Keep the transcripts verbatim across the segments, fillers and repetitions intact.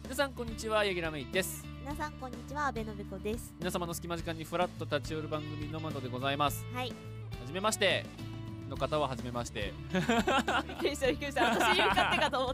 皆さんこんにちは、ヤギラメイです。 皆さんこんにちは、阿部のべこです。 皆様の隙間時間にフラッと立ち寄る番組ノマドでございます。 はい。 はじめましての方ははじめまして。 びっくりしたびっくりした。私に向かってかと思った。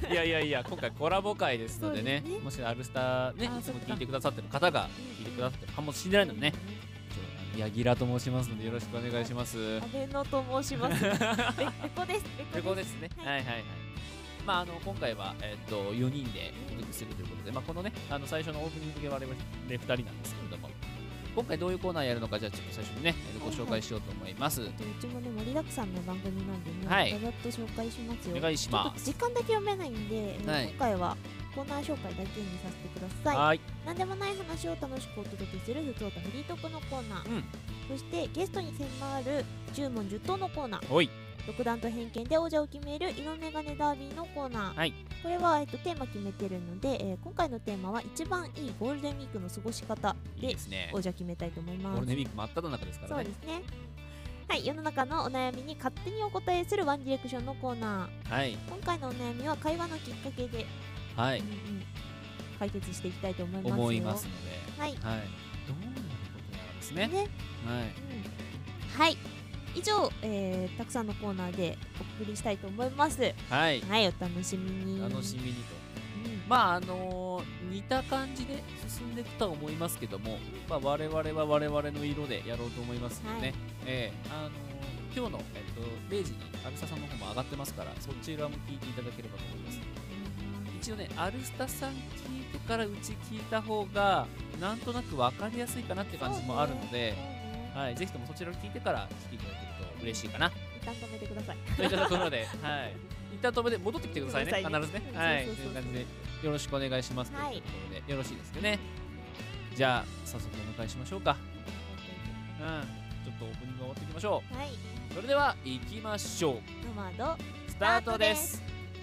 いやいやいや、今回コラボ会ですのでね、 ねもしアルスターね、いつも聞いてくださってる方が聞いてくださってるかもしれないのでね、ヤギラと申しますのでよろしくお願いします。 阿部のと申します。べこです。 べこですね。はいはいはい。まああの今回はえっとよにんでお届けするということで、まあこのねあの最初のオープニングで我々ふたりなんですけれども、今回どういうコーナーやるのかじゃあちょっと最初にねご紹介しようと思います。 うちもね盛りだくさんの番組なんでね、 はい、 ざっと紹介しますよ。 お願いします。 時間だけ読めないんで、はい、今回はコーナー紹介だけにさせてください。はい。何でもない話を楽しくお届けするふつおたフリートークのコーナー、うん、そしてゲストに迫るじゅう問じゅっ答のコーナー、おい独断と偏見で王者を決める色眼鏡ダービーのコーナー、はい、これは、えっと、テーマ決めてるので、えー、今回のテーマは一番いいゴールデンウィークの過ごし方で王者決めたいと思います。 ゴールデンウィーク真っ只中ですからね。 そうですね。はい、世の中のお悩みに勝手にお答えするワンディレクションのコーナー、はい、今回のお悩みは会話のきっかけで、はい、うんうん、解決していきたいと思いますよ。 思いますので、 はい、はい、 どういうことなんですね。ね、はい、うん、 はい、以上、えー、たくさんのコーナーでお送りしたいと思います。はい、はい、お楽しみに。 楽しみにと、うん、まああのー、似た感じで進んでいくとは思いますけども、まあ、我々は我々の色でやろうと思いますのでね、はい、えー、あのー、今日の、えっと、れいじにアルスタさんの方も上がってますから、そちらも聞いていただければと思います。一応ね、アルスタさん聞いてからうち聞いた方がなんとなく分かりやすいかなって感じもあるので、はい、ぜひともそちらを聞いてから来ていただけると嬉しいかな。 一旦止めてください。 といったところで、はい、一旦止めて戻ってきてくださいね、必ずね。はい、という感じでよろしくお願いしますというところで、よろしいですよね。じゃあ早速お迎えしましょうか。うん、ちょっとオープニング終わっていきましょう。はい、それでは行きましょう。 ノマドスタートです。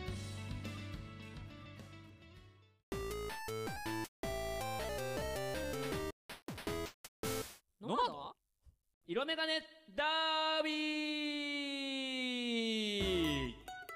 ノマド色眼鏡ダービー。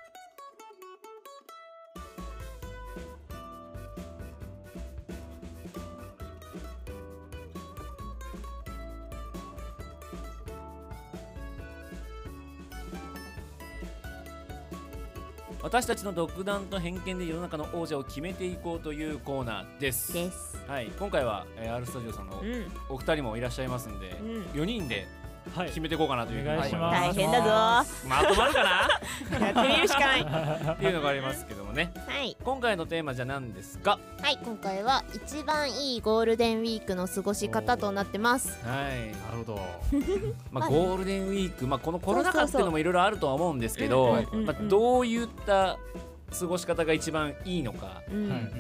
私たちの独断と偏見で世の中の王者を決めていこうというコーナーです。です。はい、今回は、えー、Rスタジオさんのお二人もいらっしゃいますんで、うん、よにんで決めていこうかなという、 はい、お願いします。 大変だぞー。 まとまるかなやってみるしかないっていうのがありますけどもね。はい、今回のテーマじゃ何ですか。 はい、今回は一番いいゴールデンウィークの過ごし方となってます。 はい、なるほど。まあゴールデンウィーク、まあこのコロナ禍っていうのもいろいろあるとは思うんですけど、まあどういった過ごし方が一番いいのか、うん、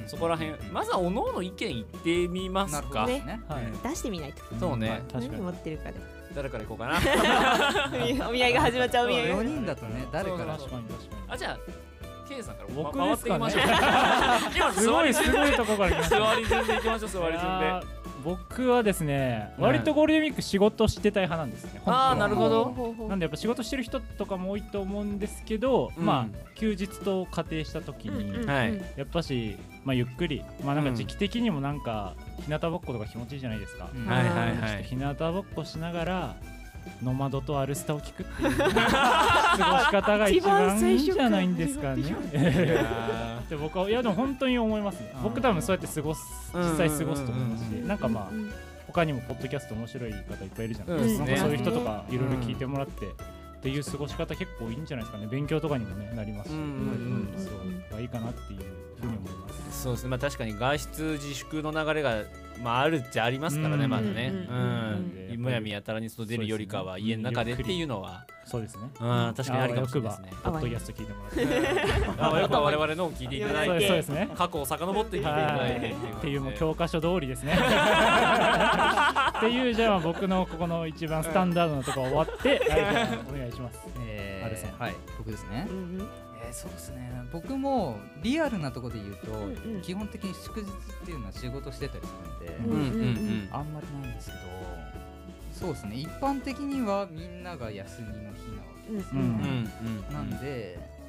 そこら辺まずはおのおの意見言ってみますか。 ね、はい、出してみないと。 そうね、 何持ってるかで誰からいこうかな。 お見合いが始まっちゃう。お見合いよにんだとね、誰から。 あ、じゃあ K さんから僕回っていきましょう。 すごいすごいとこから来ました。 座り順でいきましょう。座り順で。 僕はですね、割とゴールデンウィーク仕事してたい派なんですね。 ああ、なるほど。 なんでやっぱ仕事してる人とかも多いと思うんですけど、まあ休日と仮定した時にやっぱしまあゆっくり、まあなんか時期的にもなんか日向ぼっことか気持ちいいじゃないですか。はいはいはい。日向ぼっこしながらノマドとアルスタを聞くっていう過ごし方が一番いいんじゃないんですかね。で僕はいやでも本当に思いますね。僕多分そうやって過ごす実際過ごすと思いますし、なんかまあ他にもポッドキャスト面白い方いっぱいいるじゃないですか。なんかそういう人とかいろいろ聞いてもらってっていう過ごし方結構いいんじゃないですかね。勉強とかにもねなりますし、そうがいいかなっていうふうに思います。 そうですね。まあ確かに外出自粛の流れがまああるっちゃありますからね、まだね。うん。むやみやたらに外出るよりかは家の中でっていうのは。 そうですね。 うん、確かにありかもしれないですね。 ポッドキャスト聞いてもらって。 あ、よく我々のを聞いていただいて、 そうですね。 過去を遡って聞いていただいてっていうもう教科書通りですね。っていうじゃあ僕のここの一番スタンダードなところ終わって、お願いします。 えー、はい、僕ですね。えー、そうですね。僕もリアルなところで言うと、うんうん、基本的に祝日っていうのは仕事してたりするんで、うんうんうん、あんまりないんですけど、そうですね。一般的にはみんなが休みの日なわけですよね。なんで、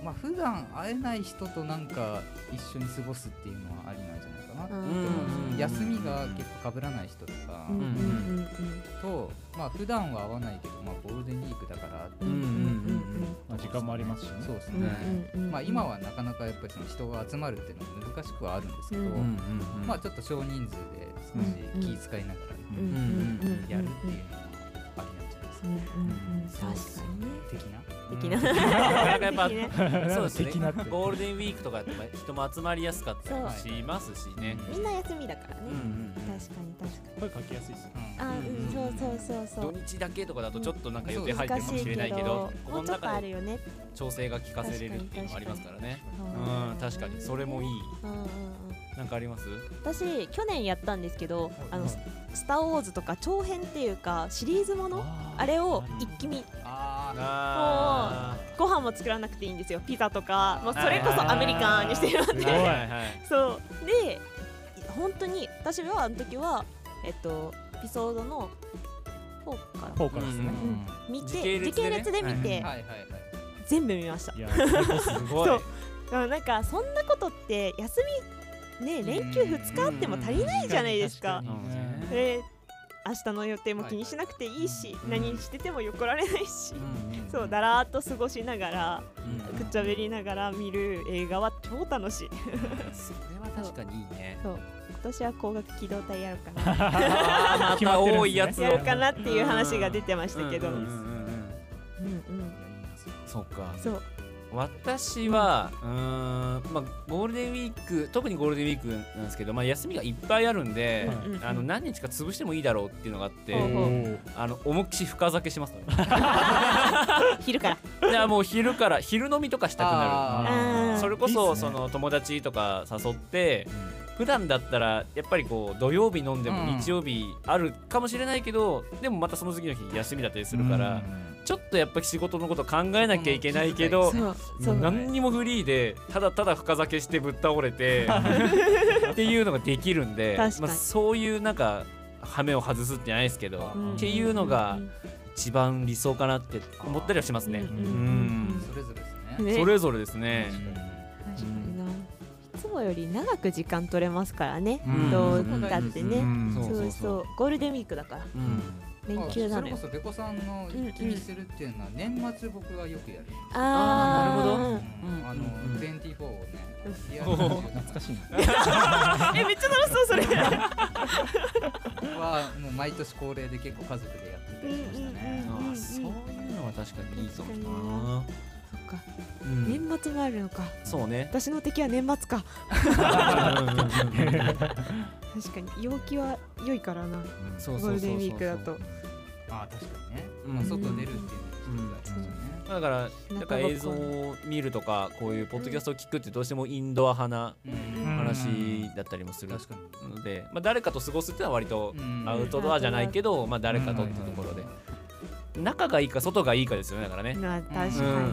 まあ普段会えない人となんか一緒に過ごすっていうのはありなんじゃないかなって思う。休みが結構被らない人とかと、まあ普段は会わないけど、まあゴールデンウィークだからって時間もありますしね。 そうですね。まあ今はなかなかやっぱりその人が集まるっていうのは難しくはあるんですけど、まあちょっと少人数で少し気遣いながらやるっていうのはありなんじゃないですかね。 確かにね。 的な。 的な。 なんかやっぱそうですね。ゴールデンウィークとかって人も集まりやすかったりしますしね。 みんな休みだからね。確かに確かに。 声かけやすいですね。 あ、うんそうそうそうそう。 土日だけとかだとちょっとなんか予定入ってるかもしれないけど、 この中で調整が効かせれるっていうのもありますからね。うん、確かにそれもいい。なんかあります？ 私去年やったんですけど、あのスターウォーズとか長編っていうかシリーズものあれを一気見。あもうご飯も作らなくていいんですよ。ピザとかもうそれこそアメリカンにしてるので、そうで本当に私はあの時はえっとエピソードのフォーからフォーからですね。 見て時系列で見て全部見ました。 いやすごい。 そうなんかそんなことって休みね連休ふつかあっても足りないじゃないですか。で明日の予定も気にしなくていいし、何してても横られないし、そうだらーっと過ごしながらくっちゃべりながら見る映画は超楽しい。 それは確かにいいね。 そう今年は光学機動隊やろうかな。 また多いやつやるかなっていう話が出てましたけど。うんうん。 そうか。 そう。 私はうーん、まあ、ゴールデンウィーク特にゴールデンウィークなんですけど、まあ、休みがいっぱいあるんで、うん、あの何日か潰してもいいだろうっていうのがあって、うん、あの思いっきし深酒します、ね、 昼からいやもう昼から昼飲みとかしたくなる。それこそ、いいっすね、その友達とか誘って、うん、普段だったらやっぱりこう土曜日飲んでも日曜日あるかもしれないけど、うん、でもまたその次の日休みだったりするから、うんちょっとやっぱり仕事のこと考えなきゃいけないけど、何にもフリーでただただ深酒してぶっ倒れてっていうのができるんで、まあ、そういうなんか羽目を外すってないですけど、っていうのが一番理想かなって思ったりはしますね。 それぞれですね。 それぞれですね。 確かにな。いつもより長く時間取れますからね。どうだってね。そうそうゴールデンウィークだから。連休なのよ。 それこそベコさんの一気見するっていうのは年末僕がよくやる。 ああなるほど。 あのにじゅうよんをね。 懐かしい。 えめっちゃ楽しそうそれ。 はもう毎年恒例で結構家族でやってきましたね。 そういうのは確かにいいかもな。 そっか。年末もあるのか。 そうね。 私の敵は年末か。確かに陽気は良いからな。ゴールデンウィークだと。 あ確かにね。まあ外出るっていうのが一つありますよね。 だからなんか映像を見るとかこういうポッドキャストを聞くってどうしてもインドア派な話だったりもするので、まあ誰かと過ごすっていうのは割とアウトドアじゃないけど、まあ誰かとっていうところで中がいいか外がいいかですよね。だからね。 まあ確かに。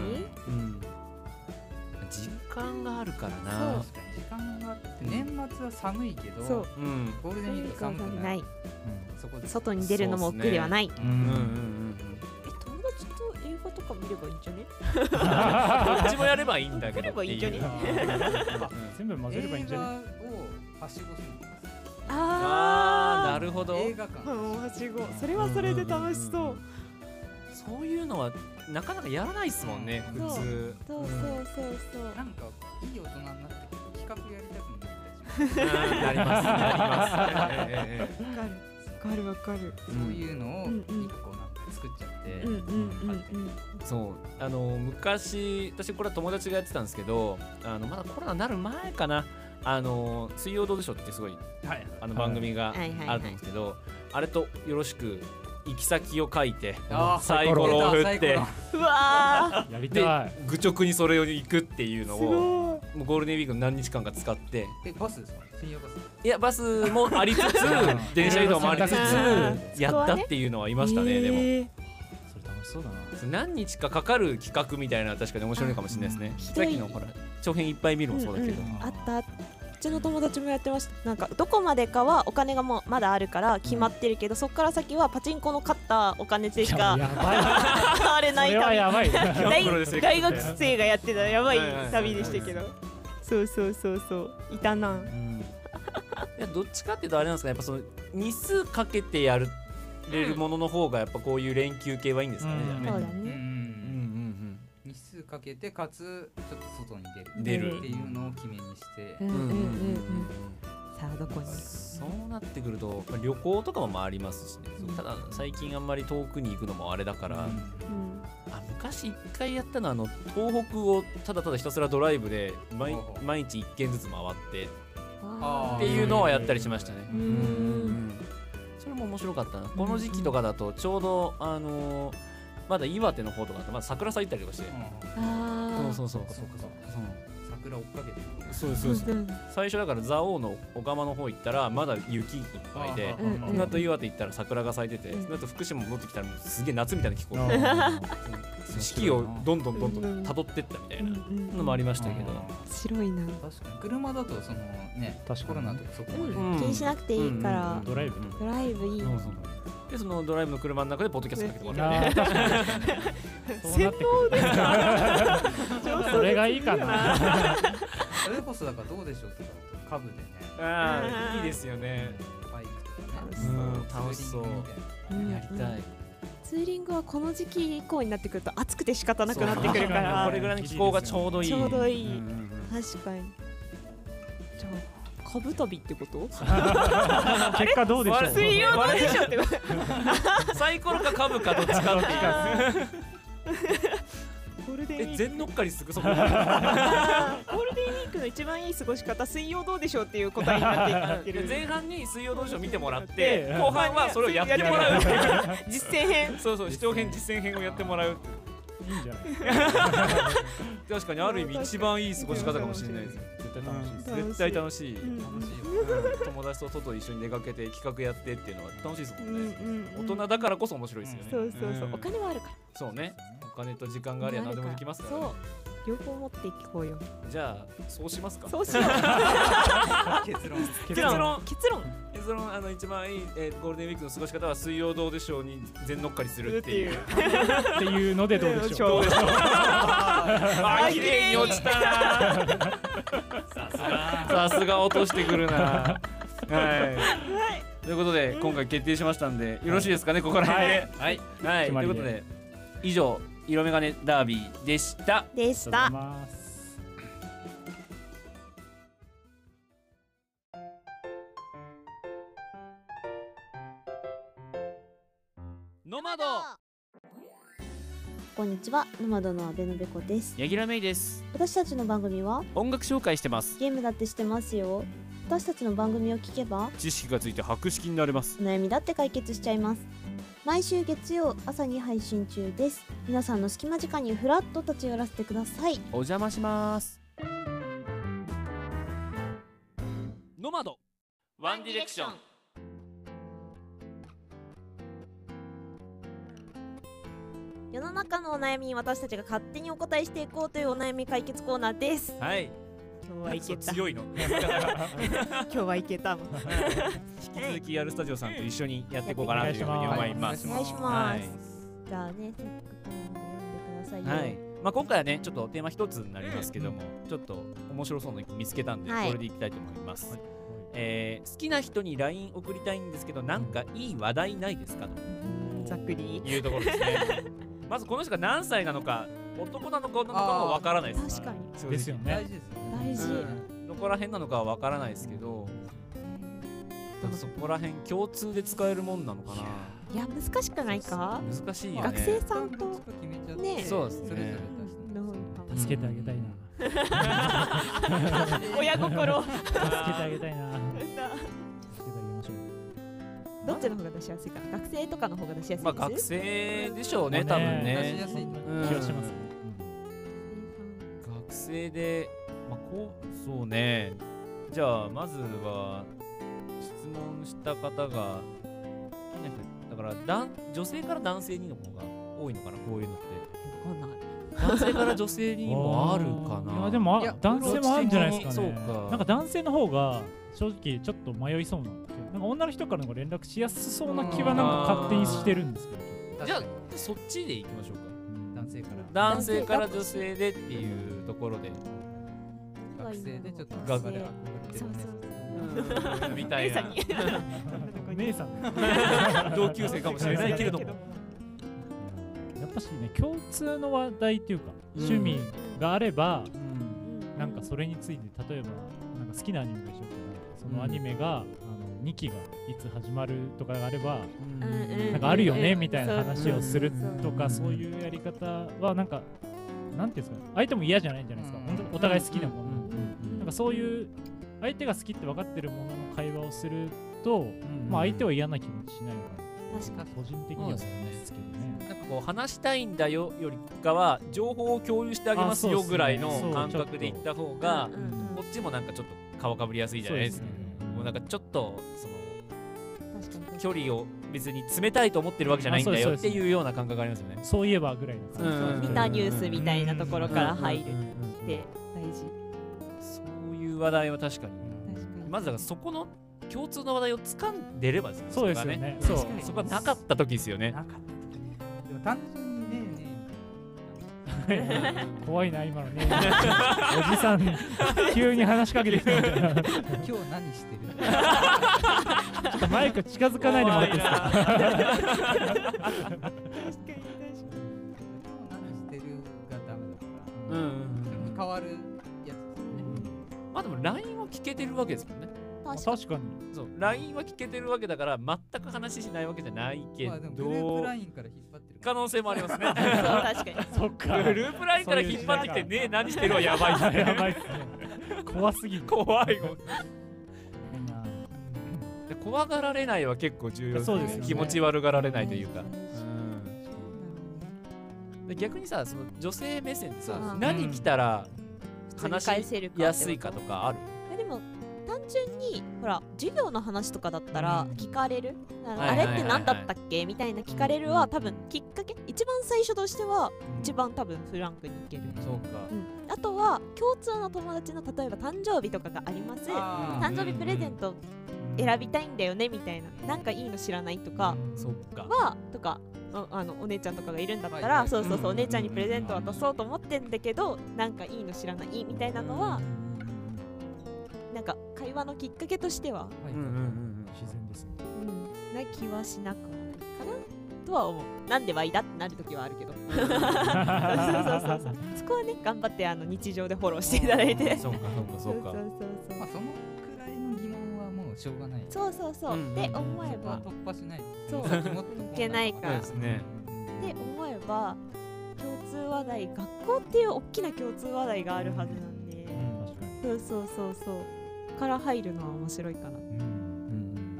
時間があるからな。 確かに時間があって年末は寒いけど、ゴールデンウィーク寒くない。 外に出るのも億劫ではない。え友達と映画とか見ればいいんじゃね？ どっちもやればいいんだけど。 やればいいんじゃね？ 全部混ぜればいいんじゃね？ 映画をはしごするんです。 ああなるほど。 映画館。 はしご。それはそれで楽しそう。 そういうのはなかなかやらないっすもんね、普通。 そうそうそうそう。 なんかいい大人になって企画やりたくなったりします。 なります、なります。わかるわかる。 そういうのを一個なんか作っちゃって。 そう、あの昔私これは友達がやってたんですけど、あのまだコロナになる前かな。あの水曜どうでしょうってすごいあの番組があると思うんですけど、あれとよろしく。行き先を書いてサイコロを振ってうわやりたい愚直にそれを行くっていうのをもうゴールデンウィークの何日間か使ってえバスですか専用バスいやバスもありつつ電車移動もありつつやったっていうのはいましたね。でもそれ楽しそうだな。 何日かかかる企画みたいな確かに面白いかもしれないですね。さっきのほら長編いっぱい見るもそうだけどあったちの友達もやってました。なんかどこまでかはお金がもうまだあるから決まってるけど、うん、そっから先はパチンコの勝ったお金でしかあれない旅。大学生がやってたやばい旅でしたけど、そうそうそうそういたな、うん、 いやどっちかっていうとあれなんですかね、やっぱその日数かけてやるれるものの方がやっぱこういう連休系はいいんですかね、うん、じゃあね。そうだね。 日数かけてかつちょっと外に出るっていうのを決めにして、 さあどこに。 そうなってくると旅行とかも回りますしね、うん、ただ最近あんまり遠くに行くのもあれだから、うん、あ昔一回やったのはあの東北をただただひたすらドライブで 毎, 毎日一軒ずつ回ってっていうのはやったりしましたね。うん、それも面白かったな。この時期とかだとちょうどあのーまだ岩手の方とかだとまだ桜咲いたりとかして、うん、そうそうそうそうそう桜追っかけてる、 そうそうそう最初だから蔵王の小釜の方行ったらまだ雪いっぱいで、その後岩手行ったら桜が咲いてて、その後福島戻ってきたらすげえ夏みたいな気候で四季をどんどんどんどん辿ってったみたいなのもありましたけど、 白いな。 確かに車だとそのねコロナとかそこまで気にしなくていいからドライブドライブいい。 でそのドライブの車の中でポッドキャストかけてもらうね。 そうなってくる。それがいいかな。 それこそだからどうでしょうとかカブでね。 ああいいですよね。 バイクとかね。 楽しそう。やりたい。 ツーリングはこの時期以降になってくると暑くて仕方なくなってくるから。 これぐらいの気候がちょうどいい。 ちょうどいい。確かに。じゃあ。株旅ってこと？ 結果どうでしょう？ 水曜どうでしょうってこと？ サイコロか株かどっちかっていう。 ゴールデンウィーク。 全乗っかりすぐそこ。ゴールデンウィークの一番いい過ごし方、水曜どうでしょうっていう答えになっている。 前半に水曜どうでしょう見てもらって、後半はそれをやってもらう。 実践編。 そうそう視聴編実践編をやってもらう。 いいんじゃない？ 確かにある意味一番いい過ごし方かもしれないです。絶対楽しい。楽しいよ。友達と外一緒に出かけて企画やってっていうのは楽しいですもんね。大人だからこそ面白いですよね。 そうそうそう。お金はあるから。 そうね。お金と時間がありゃ何でもできますからね。 両方持っていこうよ。 じゃあそうしますか。 そうしよう。 結論結論結論結論あの一番いい、えー、ゴールデンウィークの過ごし方は水曜どうでしょうに全乗っかりするっていうっていうのでどうでしょう。 あ綺麗に落ちたな。さすがさすが落としてくるな。はい。ということで今回決定しましたんでよろしいですかね、ここら辺で。はいはい。ということで以上色眼鏡ダービーでしたでした。 ノマド。 こんにちは、ノマドの阿部のべこです。 柳楽芽衣です。 私たちの番組は音楽紹介してます。 ゲームだってしてますよ。私たちの番組を聞けば知識がついて博識になれます。 悩みだって解決しちゃいます。毎週月曜朝に配信中です。皆さんの隙間時間にフラッと立ち寄らせてください。 お邪魔します。ノマドワンディレクション。 世の中のお悩みに私たちが勝手にお答えしていこうというお悩み解決コーナーです。 はい。 今日はいけた。 強いの。 今日はいけたもん。 引き続きやるスタジオさんと一緒にやっていこうかなというふうに思います。 お願いします。じゃあね、せっかくなんで読んでくださいよ。 はい。まあ今回はねちょっとテーマ一つになりますけども、ちょっと面白そうなの見つけたんでこれでいきたいと思います。えー、好きな人に ライン 送りたいんですけどなんかいい話題ないですかとざっくりいうところですね。まずこの人が何歳なのか男なのか女なのかもわからないです。 確かにですよね。 大事ですよね。 大事、 うん、どこら辺なのかはわからないですけど、だからそこら辺共通で使えるもんなのかな。 いや難しくないか。 難しいよね。 学生さんとね、そうですね。 助けてあげたいな。 親心。 助けてあげたいな。 どっちの方が出しやすいかな。学生とかの方が出しやすいです。 まあ学生でしょうね、多分ね。 出しやすい気がします。 学生で、まあこうそうね。じゃあまずは質問した方が、だからだ女性から男性にの方が多いのかな、こういうのって。 わかんない。 男性から女性にもあるかな。 いやでも男性もあるんじゃないですかね。 そうか。 なんか男性の方が正直ちょっと迷いそうなんで、なんか女の人からの連絡しやすそうな気はなんか勝手にしてるんですけど。 じゃあそっちでいきましょうか。 男性から男性から女性でっていうところで。 学生でちょっと学生みたいな。 姉さん同級生かもしれないけれども。やっぱしね、共通の話題っていうか趣味があれば、なんかそれについて例えばなんか好きなアニメが一緒だったら、そのアニメがあのにきがいつ始まるとかがあれば、なんかあるよねみたいな話をするとか、そういうやり方はなんかなんていうんですか、相手も嫌じゃないんじゃないですか。本当お互い好きなもの、なんかそういう相手が好きって分かってるものの会話をすると、まあ相手は嫌な気持ちしないのかな。確かに個人的にはそうですけどね。 なんかこう話したいんだよよりかは情報を共有してあげますよぐらいの感覚で言った方が、こっちもなんかちょっと顔かぶりやすいじゃないですか。もうなんかちょっとその距離を別に冷たいと思ってるわけじゃないんだよっていうような感覚がありますよね。 そういえばぐらいの感じ。見たニュースみたいなところから入るって大事。 そういう話題は確かに。まずだからそこの共通の話題を掴んでればですね。 そうですよね。 そう。そこがなかった時ですよね。 なかった時。でも単純にねえねえ。怖いな今のね。おじさん急に話しかけてきた。今日何してる？ ちょっとマイク近づかないでもらっていいですか？ 確かに確かに。今日何してるがダメだから。うんうん。変わるやつですね。 まあでも ライン は聞けてるわけですもんね。 確かに。 そう、ライン は聞けてるわけだから全く話しないわけじゃないけど、まあ、 でもグループ ライン から引っ張ってる可能性もありますね。 そう確かに。 そっか。 グループ ライン から引っ張ってきてねえ何してるはやばいですね。 やばいですね。怖すぎる。 怖い。怖がられないは結構重要ですね。ですね、気持ち悪がられないというか。うん、逆にさ、その女性目線でさ、うん、何来たら話しやすいかとかある？ でも単純にほら授業の話とかだったら聞かれる、うん、あれって何だったっけみたいな聞かれるは多分きっかけ一番最初としては一番多分フランクにいける。 そうか、 うん、あとは共通の友達の例えば誕生日とかがあります、誕生日プレゼント選びたいんだよねみたいな、なんかいいの知らないとかはとかあのお姉ちゃんとかがいるんだったら、そうそうそう、お姉ちゃんにプレゼント渡そうと思ってんだけどなんかいいの知らないみたいなのはなんか会話のきっかけとしては自然ですね、 うん、な気はしなくはないかなとは思う。なんでワイだってなるときはあるけどそうそうそうそう、そこはね頑張ってあの日常でフォローしていただいてそうかそうかそうか、 まあそのくらいの疑問はもうしょうがない。 そうそうそう、うん、って思えば突破しないそういけないからですね。 って思えば共通話題、学校っていう大きな共通話題があるはずなんで、うん、そうそうそうそうから入るのは面白いかな。うんうん、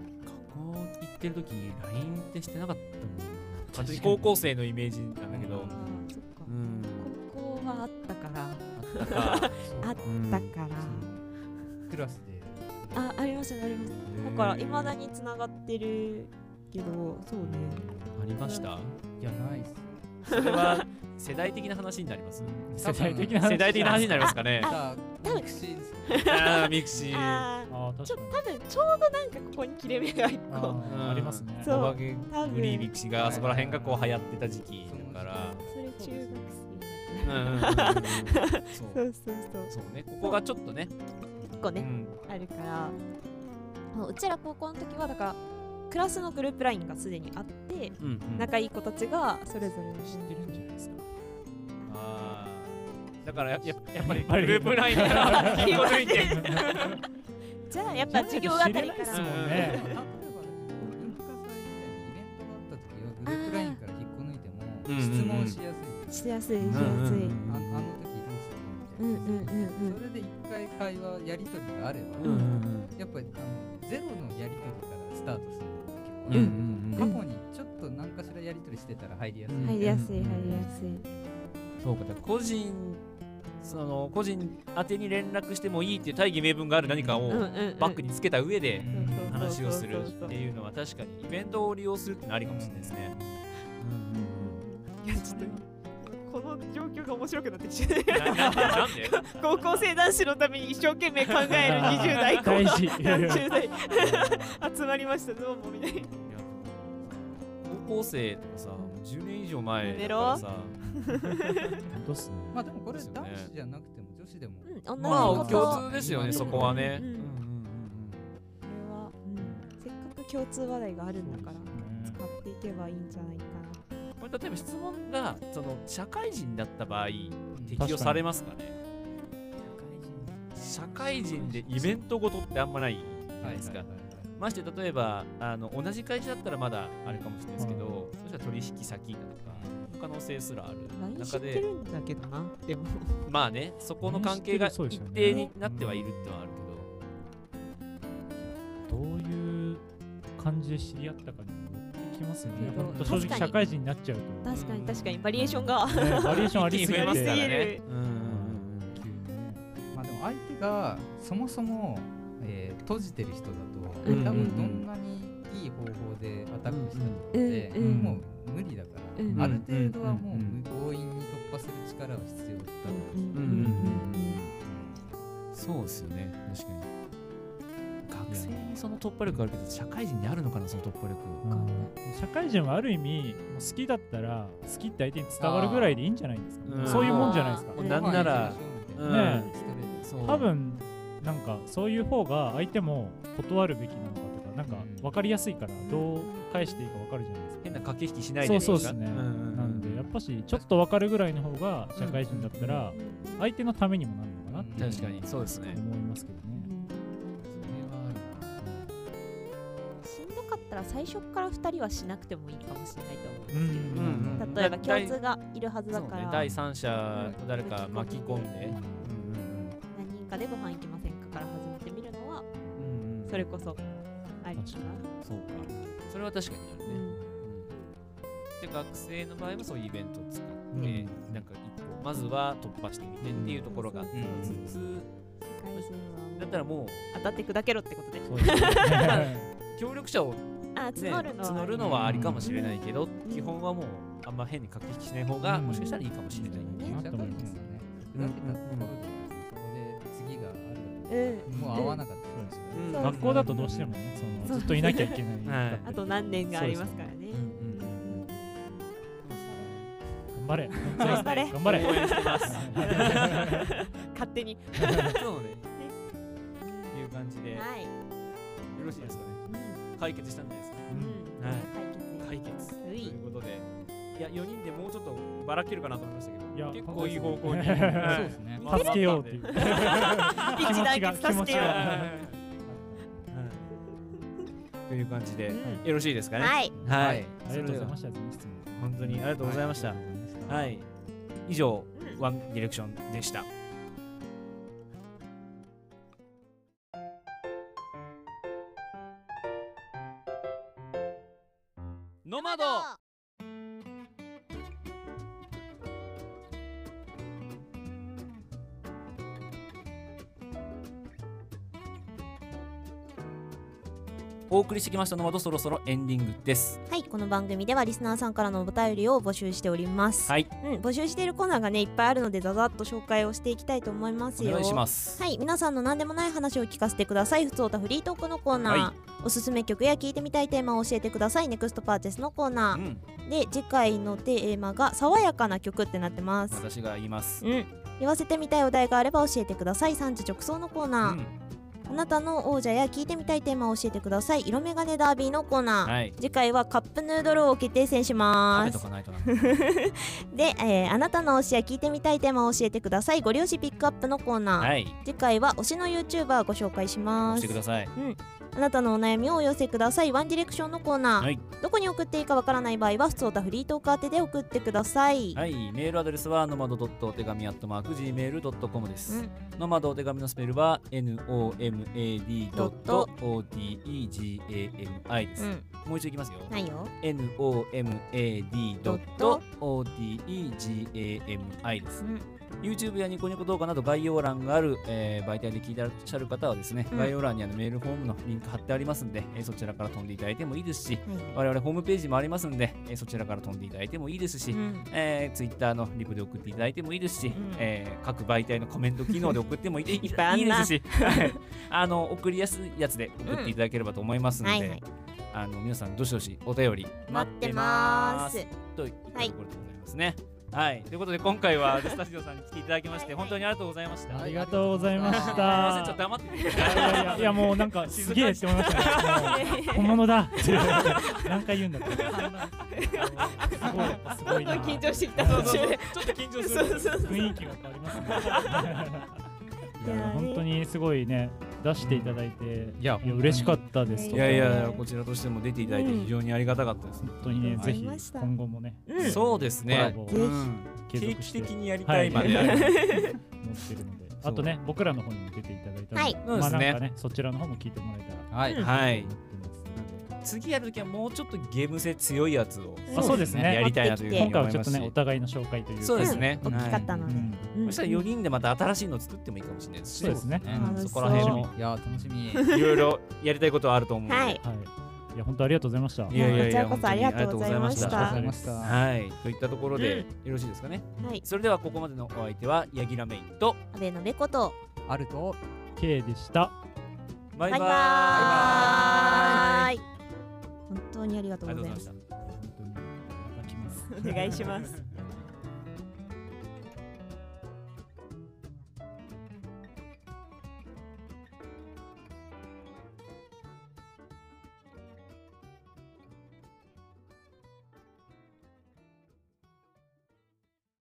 学校行ってる時に ライン ってしてなかったもん。私高校生のイメージなんだけど、 そっか、うん、高校はあったからあったかあったから、 うん、クラスであありますねあります。だからいまだにつながってるけど、そうね。 ありました？いやないっす。 それは世代的な話になります？ 世代的な話世代的な話になりますかね。 あ、多分ミクシーです。 ああミクシー。 ああちょ多分ちょうどなんかここに切れ目が一個ありますね。 そう。 お化けグリーミクシーがあそこら辺がこう流行ってた時期だから。 それ中学生。 そうそうそうそう。 そうね。ここがちょっとね。 一個ねあるから。うちら高校の時はだからクラスのグループ ライン がすでにあって、うんうん、仲いい子たちがそれぞれ知ってるんじゃないですか。 あだから や, や, やっぱりグループ ライン から引っこ抜いてじゃあやっぱ授業あたりからですもんね。 例えば文化祭みたいなイベントがあった時はグループ ライン から引っこ抜いても質問しやすい。 しやすいしやすい。 あ, あの時どうするのみたいな。うんうんうんうん、それで一回会話やり取りがあれば、うんうんうん、やっぱりあのゼロのやり取りからスタートするのが結構、うんうんうん、過去にちょっと何かしらやり取りしてたら入りやすい。 入りやすい入りやすい。 そうか、個人その個人宛てに連絡してもいいっていう大義名分がある何かをバックにつけた上で話をするっていうのは確かにイベントを利用するってのありかもしれないですね。 いやちょっとこの状況が面白くなってきて高校生男子のために一生懸命考えるにじゅう代後半さんじゅう代集まりましたどうもみたいな。 高校生とかさじゅうねん以上前だからさ本当っすね。 まあでもこれ男子じゃなくても女子でも、 うん、 まあ共通ですよね、うん、そこはね。 これは、うん、せっかく共通話題があるんだから使っていけばいいんじゃないかな。 これ例えば質問がその社会人だった場合適用されますかね。社会人でイベントごとってあんまないじゃないですか。まして例えばあの同じ会社だったらまだあれかもしれないですけど、うん、そしたら取引先だとか可能性すらある中で、知ってるんだけどな。でもまあね、そこの関係が一定になってはいるってのはあるけど、どういう感じで知り合ったかにもよってきますよね。ほんと正直社会人になっちゃうと確かに確かにバリエーションが、 ね、バリエーションありすぎてありすぎる。 まあでも相手がそもそも、えー、閉じてる人だと、うん、多分どんなにいい方法でアタックしたとかで、うん、もう無理だから、うん、ある程度はもう強引に突破する力は必要だと思う。 そうですよね、確かに。学生にその突破力あるけど社会人にあるのかな、その突破力。 うん、社会人はある意味好きだったら好きって相手に伝わるぐらいでいいんじゃないですか。そういうもんじゃないですか。 なんなら、 ね、多分なんかそういう方が相手も断るべきなのかとか、なんか分かりやすいからどう返していいか分かるじゃないですか。 変な駆け引きしないで。 そうそうですね。なんでやっぱしちょっと分かるぐらいの方が社会人だったら相手のためにもなるのかなって、 確かにそうですね、 思いますけどね。 しんどかったら最初からふたりはしなくてもいいかもしれないと思うんですけど、例えば共通がいるはずだから、 第三者と誰か巻き込んで何人かでご飯行きませんかから始めてみるのはそれこそありかな。 そうか、それは確かにあるね。で学生の場合はそういうイベントを使ってなんか一歩まずは突破してみてっていうところがありつつ、だったらもう当たって砕けろってことで協力者を募るのはありかもしれないけど、基本はもうあんま変に駆け引きしない方がもしかしたらいいかもしれないね。社会人ですよね。砕けたところでそこで次がある。もう合わなかった。 学校だとどうしてもね、そのずっといなきゃいけない。 あと何年がありますからね。 頑張れ。 頑張れ。 頑張れ。 応援してます。 勝手に。 そうね。いう感じで。よろしいですかね。解決したんじゃないですか。解決。ということで、いやよにんでもうちょっとばらけるかなと思いましたけど、結構いい方向に。そうですね。助けようっていう。 一致団結助けよう。 という感じでよろしいですかね。 はい。 はい。 ありがとうございました。 本当にありがとうございました。はい。以上、ワンディレクションでした。ノマド。お送りしてきましたノマド、そろそろエンディングです。 はい、この番組ではリスナーさんからのお便りを募集しております。 はい、 うん、募集しているコーナーがねいっぱいあるのでざざっと紹介をしていきたいと思いますよ。 お願いします。 はい、皆さんの何でもない話を聞かせてください。ふつおたフリートークのコーナー、はい、おすすめ曲や聞いてみたいテーマを教えてください。ネクストパーチェスのコーナー、うん、で次回のテーマが爽やかな曲ってなってます。 私が言います。 うん、言わせてみたいお題があれば教えてください。産地直送のコーナー、うん、あなたの王者や聞いてみたいテーマを教えてください。色眼鏡ダービーのコーナー、はい、次回はカップヌードルを決定戦します。 食べとかないとなで、えー、あなたの推しや聞いてみたいテーマを教えてください。ご両親ピックアップのコーナー、はい、次回は推しの YouTuber ご紹介します。 教えてください。 うん、あなたのお悩みをお寄せください。ワンディレクションのコーナー、はい、どこに送っていいかわからない場合はふつおたフリートーク宛てで送ってください。 はい、メールアドレスはノマドドットお手紙アットマーク ジーメールドットコム です、うん、ノマドお手紙のスペルは エヌオーエムエーディードットオーティーイージーエーエムアイ です、うん、もう一度いきますよ。 ないよ。 エヌオーエムエーディードットオーティーイージーエーエムアイ です、うん、 YouTube やニコニコ動画など概要欄がある、えー、媒体で聞いてらっしゃる方はですね、うん、概要欄にあのメールフォームのリンク貼ってありますんで、えー、そちらから飛んでいただいてもいいですし、うん、我々ホームページもありますんで、えー、そちらから飛んでいただいてもいいですし、うん、えー、Twitter のリプで送っていただいてもいいですし、うん、えー、各媒体のコメント機能で送ってもいい, い, いいですしあの送りやすいやつで送っていただければと思いますので、うん、はいはい、あの皆さんどしどしお便り待ってますといったところでございますね。はい、ということで今回はスタジオさんに来ていただきまして本当にありがとうございました。 ありがとうございました。 すいません、ちょっと黙ってていやいやいや、もうなんかすげえって思いましたね。本物だって何回言うんだって。すごい、すごいな。 緊張してきた途中でちょっと緊張する雰囲気が変わりますね。いや本当にすごいね出していただいて、うん、いや嬉しかったです。 いやいやこちらとしても出ていただいて非常にありがたかったです。 本当にね、ぜひ今後もね、 うん、そうですね、 コラボを定期的にやりたいまである、はい、 持ってるので、あとね僕らの方にも出ていただいたので、はい、まあなんかねそちらの方も聞いてもらえたらはいはい。次やるときはもうちょっとゲーム性強いやつを、 あ、そうですね、 やりたいなというふうに思いますし、 今回はちょっとねお互いの紹介というか、 そうですね、 大きかったので、 そしたらよにんでまた新しいのを作ってもいいかもしれないですし、 そうですね、 そこら辺もいや楽しみ、 いろいろやりたいことはあると思うので、 はい、 いや本当ありがとうございました。 いやいやいや、 こちらこそありがとうございました。 はい、といったところでよろしいですかね。はい、それではここまでのお相手はヤギラメインと阿部のべことアルト K でした。 バイバイ。 本当にありがとうございました。 本当にいただきます。 お願いします。